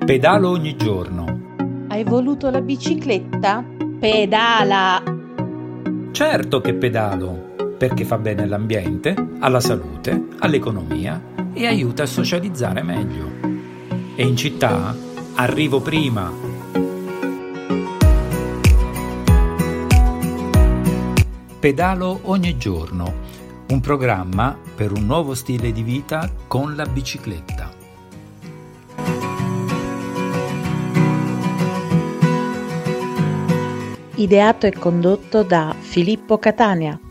Pedalo ogni giorno. Hai voluto la bicicletta? Pedala! Certo che pedalo, perché fa bene all'ambiente, alla salute, all'economia e aiuta a socializzare meglio. E in città arrivo prima. Pedalo ogni giorno, un programma per un nuovo stile di vita con la bicicletta. Ideato e condotto da Filippo Catania.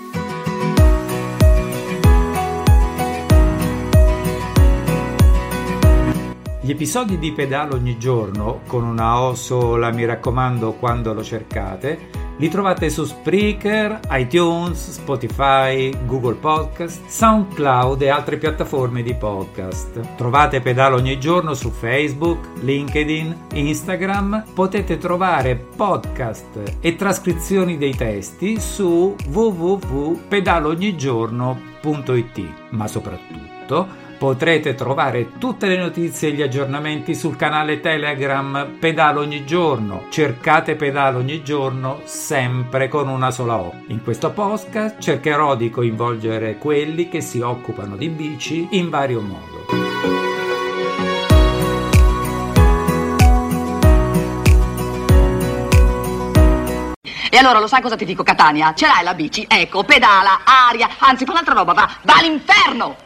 Gli episodi di Pedalo ogni giorno, con una O sola, mi raccomando quando lo cercate, li trovate su Spreaker, iTunes, Spotify, Google Podcast, SoundCloud e altre piattaforme di podcast. Trovate Pedalo ogni giorno su Facebook, LinkedIn, Instagram. Potete trovare podcast e trascrizioni dei testi su www.pedaloognigiorno.it, ma soprattutto potrete trovare tutte le notizie e gli aggiornamenti sul canale Telegram Pedalo ogni giorno. Cercate Pedalo ogni giorno sempre con una sola O. In questo podcast cercherò di coinvolgere quelli che si occupano di bici in vario modo. E allora lo sai cosa ti dico, Catania? Ce l'hai la bici? Ecco, pedala, aria, anzi fa un'altra roba, va all'inferno!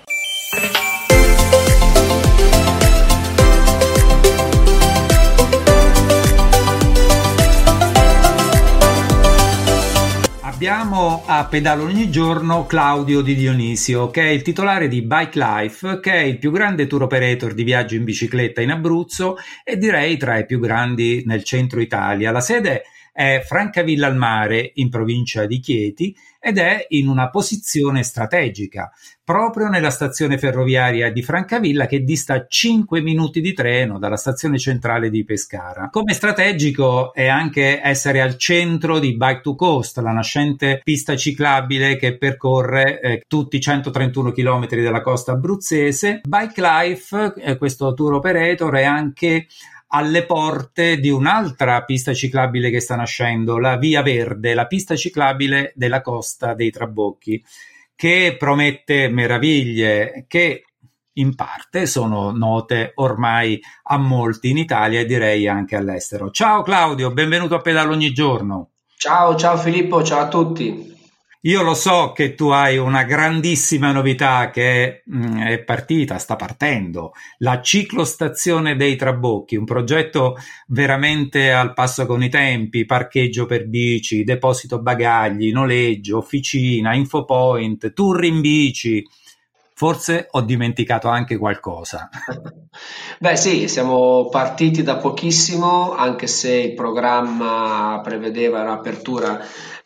Abbiamo a Pedalo ogni giorno Claudio Di Dionisio, che è il titolare di Bike Life, che è il più grande tour operator di viaggio in bicicletta in Abruzzo e direi tra i più grandi nel centro Italia. La sede è Francavilla al Mare, in provincia di Chieti, ed è in una posizione strategica, proprio nella stazione ferroviaria di Francavilla, che dista 5 minuti di treno dalla stazione centrale di Pescara. Come strategico è anche essere al centro di Bike to Coast, la nascente pista ciclabile che percorre tutti i 131 km della costa abruzzese. Bike Life, questo tour operator, è anche alle porte di un'altra pista ciclabile che sta nascendo, la Via Verde, la pista ciclabile della Costa dei Trabocchi, che promette meraviglie che in parte sono note ormai a molti in Italia e direi anche all'estero. Ciao Claudio, benvenuto a Pedalo ogni giorno. Ciao Filippo, ciao a tutti. Io lo so che tu hai una grandissima novità che è partita, sta partendo, la ciclostazione dei Trabocchi, un progetto veramente al passo con i tempi, parcheggio per bici, deposito bagagli, noleggio, officina, infopoint, tour in bici. Forse ho dimenticato anche qualcosa. Beh sì, siamo partiti da pochissimo, anche se il programma prevedeva un'apertura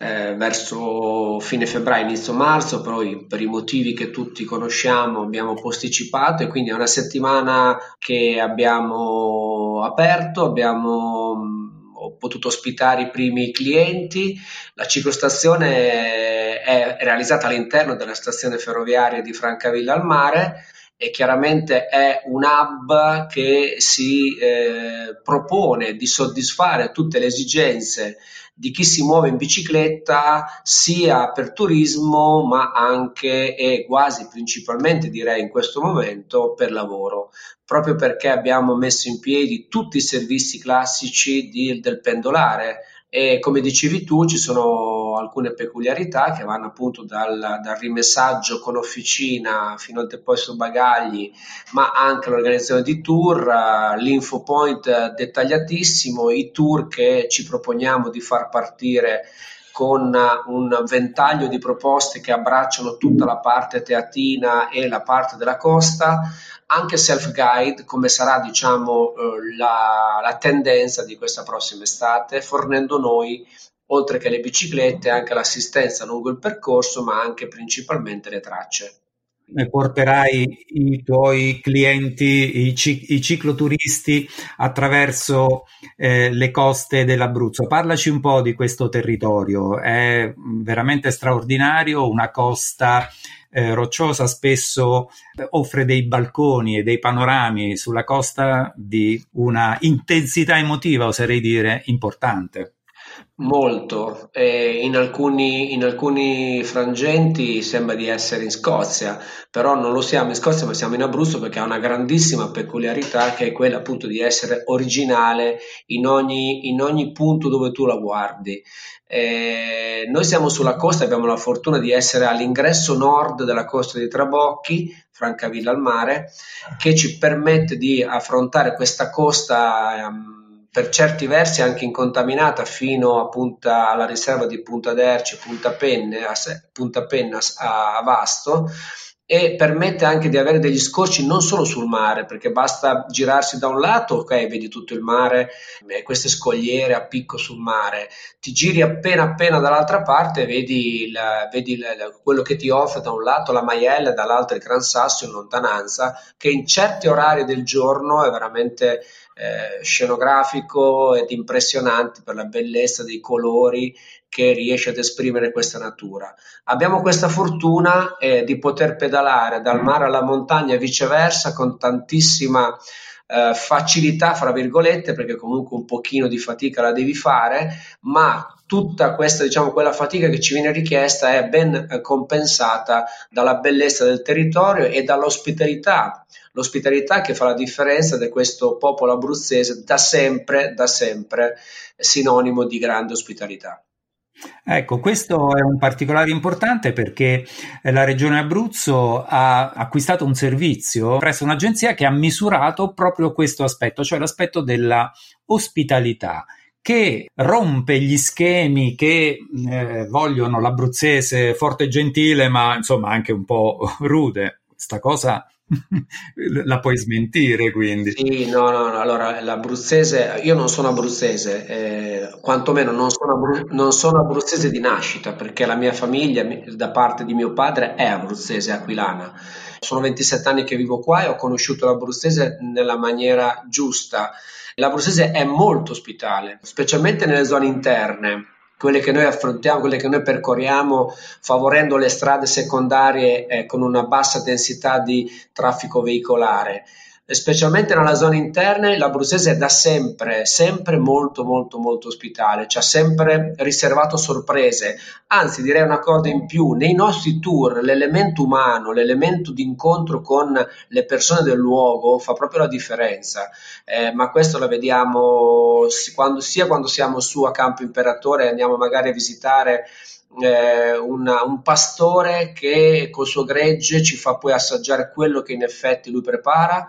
verso fine febbraio, inizio marzo, però per i motivi che tutti conosciamo abbiamo posticipato e quindi è una settimana che abbiamo aperto, ho potuto ospitare i primi clienti. La ciclostazione è realizzata all'interno della stazione ferroviaria di Francavilla al Mare e chiaramente è un hub che si propone di soddisfare tutte le esigenze di chi si muove in bicicletta sia per turismo ma anche e quasi principalmente direi in questo momento per lavoro, proprio perché abbiamo messo in piedi tutti i servizi classici del pendolare e come dicevi tu ci sono alcune peculiarità che vanno appunto dal rimessaggio con officina fino al deposito bagagli, ma anche l'organizzazione di tour, l'infopoint dettagliatissimo, i tour che ci proponiamo di far partire con un ventaglio di proposte che abbracciano tutta la parte teatina e la parte della costa, anche self-guide come sarà diciamo la tendenza di questa prossima estate, fornendo noi oltre che le biciclette anche l'assistenza lungo il percorso ma anche principalmente le tracce. Porterai i tuoi clienti, i cicloturisti attraverso le coste dell'Abruzzo. Parlaci un po' di questo territorio, è veramente straordinario, una costa rocciosa spesso offre dei balconi e dei panorami sulla costa di una intensità emotiva, oserei dire, importante. Molto, in alcuni frangenti sembra di essere in Scozia, però non lo siamo in Scozia, ma siamo in Abruzzo, perché ha una grandissima peculiarità, che è quella appunto di essere originale in ogni punto dove tu la guardi. Noi siamo sulla costa, abbiamo la fortuna di essere all'ingresso nord della costa di Trabocchi, Francavilla al mare, che ci permette di affrontare questa costa per certi versi anche incontaminata fino alla riserva di Punta d'Erci, Punta Penna a Vasto, e permette anche di avere degli scorci non solo sul mare, perché basta girarsi da un lato, ok, vedi tutto il mare, queste scogliere a picco sul mare, ti giri appena dall'altra parte, vedi quello che ti offre da un lato la Maiella e dall'altro il Gran Sasso in lontananza, che in certi orari del giorno è veramente scenografico ed impressionante per la bellezza dei colori che riesce ad esprimere questa natura. Abbiamo questa fortuna di poter pedalare dal mare alla montagna e viceversa con tantissima facilità, fra virgolette, perché comunque un pochino di fatica la devi fare, ma tutta questa, quella fatica che ci viene richiesta è ben compensata dalla bellezza del territorio e dall'ospitalità. L'ospitalità che fa la differenza di questo popolo abruzzese, da sempre sinonimo di grande ospitalità. Ecco, questo è un particolare importante perché la Regione Abruzzo ha acquistato un servizio presso un'agenzia che ha misurato proprio questo aspetto, cioè l'aspetto della ospitalità, che rompe gli schemi che vogliono l'abruzzese forte e gentile, ma insomma anche un po' rude. Sta cosa la puoi smentire, quindi. Sì, no, allora l'abruzzese, io non sono abruzzese, quantomeno non sono abruzzese di nascita, perché la mia famiglia da parte di mio padre è abruzzese, aquilana. Sono 27 anni che vivo qua e ho conosciuto l'abruzzese nella maniera giusta. L'abruzzese è molto ospitale, specialmente nelle zone interne, quelle che noi affrontiamo, quelle che noi percorriamo, favorendo le strade secondarie con una bassa densità di traffico veicolare. Specialmente nella zona interna l'abruzzese è da sempre molto ospitale, ci ha sempre riservato sorprese, anzi direi una cosa in più, nei nostri tour l'elemento umano, l'elemento di incontro con le persone del luogo fa proprio la differenza, ma questo la vediamo quando siamo su a Campo Imperatore e andiamo magari a visitare un pastore che col suo gregge ci fa poi assaggiare quello che in effetti lui prepara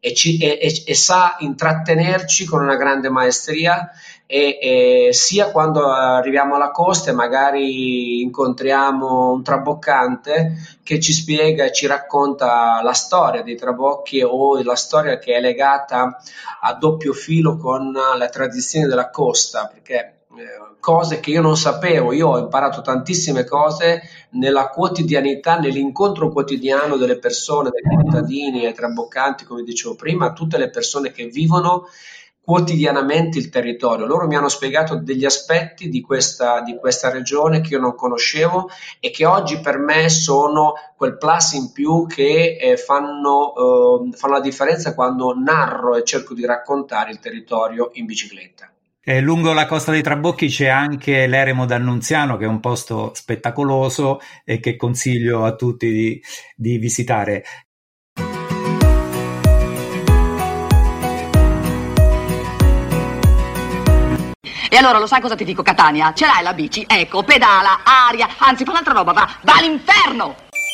e sa intrattenerci con una grande maestria e sia quando arriviamo alla costa e magari incontriamo un traboccante che ci spiega e ci racconta la storia dei trabocchi o la storia che è legata a doppio filo con la tradizione della costa, perché cose che io non sapevo, io ho imparato tantissime cose nella quotidianità, nell'incontro quotidiano delle persone, dei cittadini e traboccanti, come dicevo prima, tutte le persone che vivono quotidianamente il territorio. Loro mi hanno spiegato degli aspetti di questa regione che io non conoscevo e che oggi per me sono quel plus in più che fanno la differenza quando narro e cerco di raccontare il territorio in bicicletta. Lungo la costa dei Trabocchi c'è anche l'Eremo d'Annunziano, che è un posto spettacoloso e che consiglio a tutti di visitare. E allora lo sai cosa ti dico, Catania? Ce l'hai la bici? Ecco, pedala, aria, anzi fa un'altra roba, va all'inferno!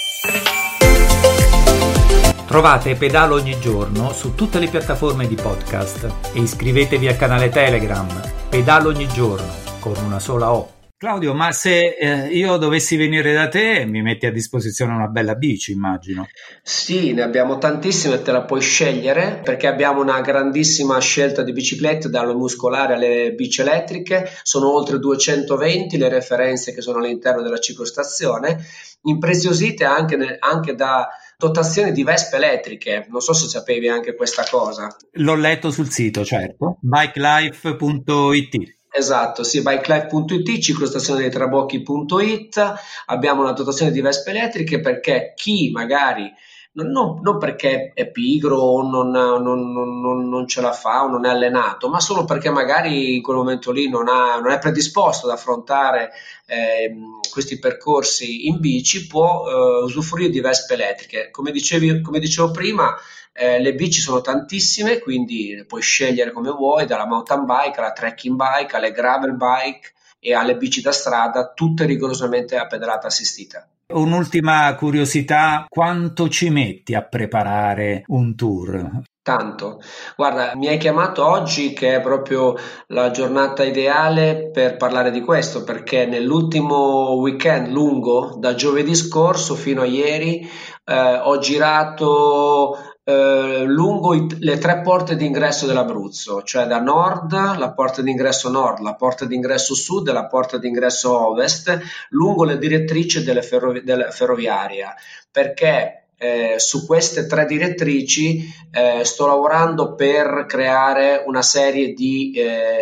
Trovate Pedalo ogni giorno su tutte le piattaforme di podcast e iscrivetevi al canale Telegram Pedalo ogni giorno con una sola O. Claudio, ma se io dovessi venire da te mi metti a disposizione una bella bici, immagino. Sì, ne abbiamo tantissime, te la puoi scegliere perché abbiamo una grandissima scelta di biciclette, dalle muscolari alle bici elettriche, sono oltre 220 le referenze che sono all'interno della ciclostazione, impreziosite anche da dotazioni di vespe elettriche, non so se sapevi anche questa cosa. L'ho letto sul sito, certo, bikelife.it. Esatto, sì, bikelife.it, ciclostazione-dei-trabocchi.it. Abbiamo una dotazione di vespe elettriche perché chi magari non perché è pigro o non ce la fa o non è allenato, ma solo perché magari in quel momento lì non è predisposto ad affrontare questi percorsi in bici, può usufruire di vespe elettriche. Come dicevo prima, le bici sono tantissime, quindi puoi scegliere come vuoi, dalla mountain bike alla trekking bike, alle gravel bike e alle bici da strada, tutte rigorosamente a pedalata assistita. Un'ultima curiosità, quanto ci metti a preparare un tour? Tanto. Guarda, mi hai chiamato oggi che è proprio la giornata ideale per parlare di questo, perché nell'ultimo weekend lungo, da giovedì scorso fino a ieri, ho girato lungo le 3 porte d'ingresso dell'Abruzzo, cioè da nord, la porta d'ingresso nord, la porta d'ingresso sud e la porta d'ingresso ovest, lungo le direttrici della ferroviaria, perché su queste 3 direttrici sto lavorando per creare una serie di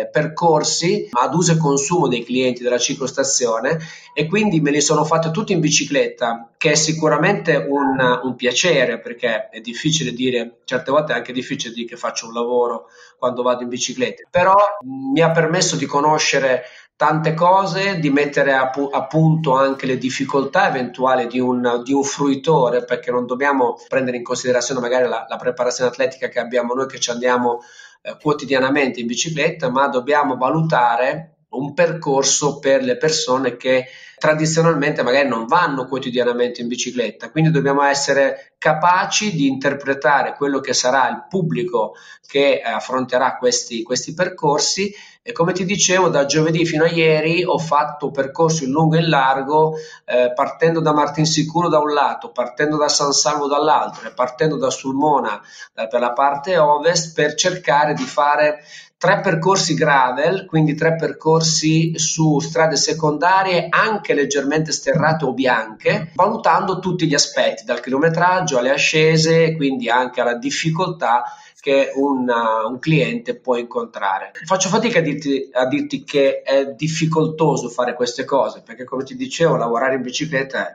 percorsi ad uso e consumo dei clienti della ciclostazione, e quindi me li sono fatti tutti in bicicletta, che è sicuramente un piacere, perché è difficile dire, certe volte è anche difficile dire che faccio un lavoro quando vado in bicicletta, però mi ha permesso di conoscere tante cose, di mettere a punto anche le difficoltà eventuali di un fruitore, perché non dobbiamo prendere in considerazione magari la preparazione atletica che abbiamo noi che ci andiamo quotidianamente in bicicletta, ma dobbiamo valutare un percorso per le persone che tradizionalmente magari non vanno quotidianamente in bicicletta, quindi dobbiamo essere capaci di interpretare quello che sarà il pubblico che affronterà questi percorsi. E come ti dicevo, da giovedì fino a ieri ho fatto percorsi in lungo e in largo, partendo da Martinsicuro da un lato, partendo da San Salvo dall'altro e partendo da Sulmona per la parte ovest, per cercare di fare 3 percorsi gravel, quindi 3 percorsi su strade secondarie anche leggermente sterrate o bianche, valutando tutti gli aspetti, dal chilometraggio alle ascese, quindi anche alla difficoltà che un cliente può incontrare. Faccio fatica a dirti che è difficoltoso fare queste cose, perché come ti dicevo, lavorare in bicicletta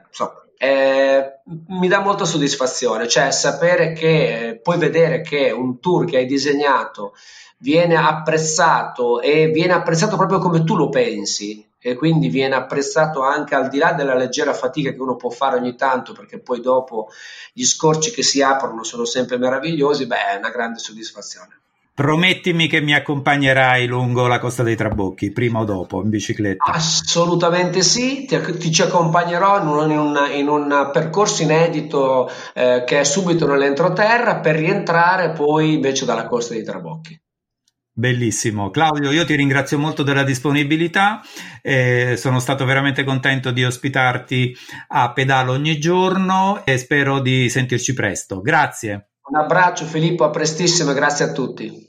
mi dà molta soddisfazione, cioè sapere che puoi vedere che un tour che hai disegnato viene apprezzato, e viene apprezzato proprio come tu lo pensi, e quindi viene apprezzato anche al di là della leggera fatica che uno può fare ogni tanto, perché poi dopo gli scorci che si aprono sono sempre meravigliosi. È una grande soddisfazione. Promettimi che mi accompagnerai lungo la Costa dei Trabocchi, prima o dopo, in bicicletta. Assolutamente sì, ti ci accompagnerò in un percorso inedito che è subito nell'entroterra, per rientrare poi invece dalla Costa dei Trabocchi. Bellissimo. Claudio, io ti ringrazio molto della disponibilità, sono stato veramente contento di ospitarti a Pedalo ogni giorno e spero di sentirci presto. Grazie. Un abbraccio Filippo, a prestissimo e grazie a tutti.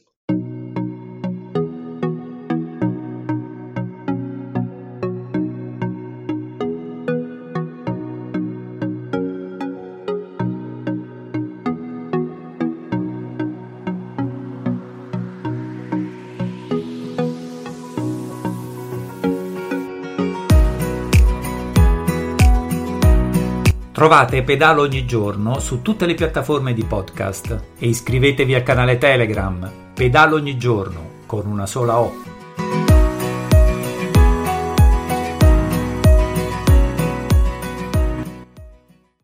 Trovate Pedalo ogni giorno su tutte le piattaforme di podcast e iscrivetevi al canale Telegram Pedalo ogni giorno con una sola O.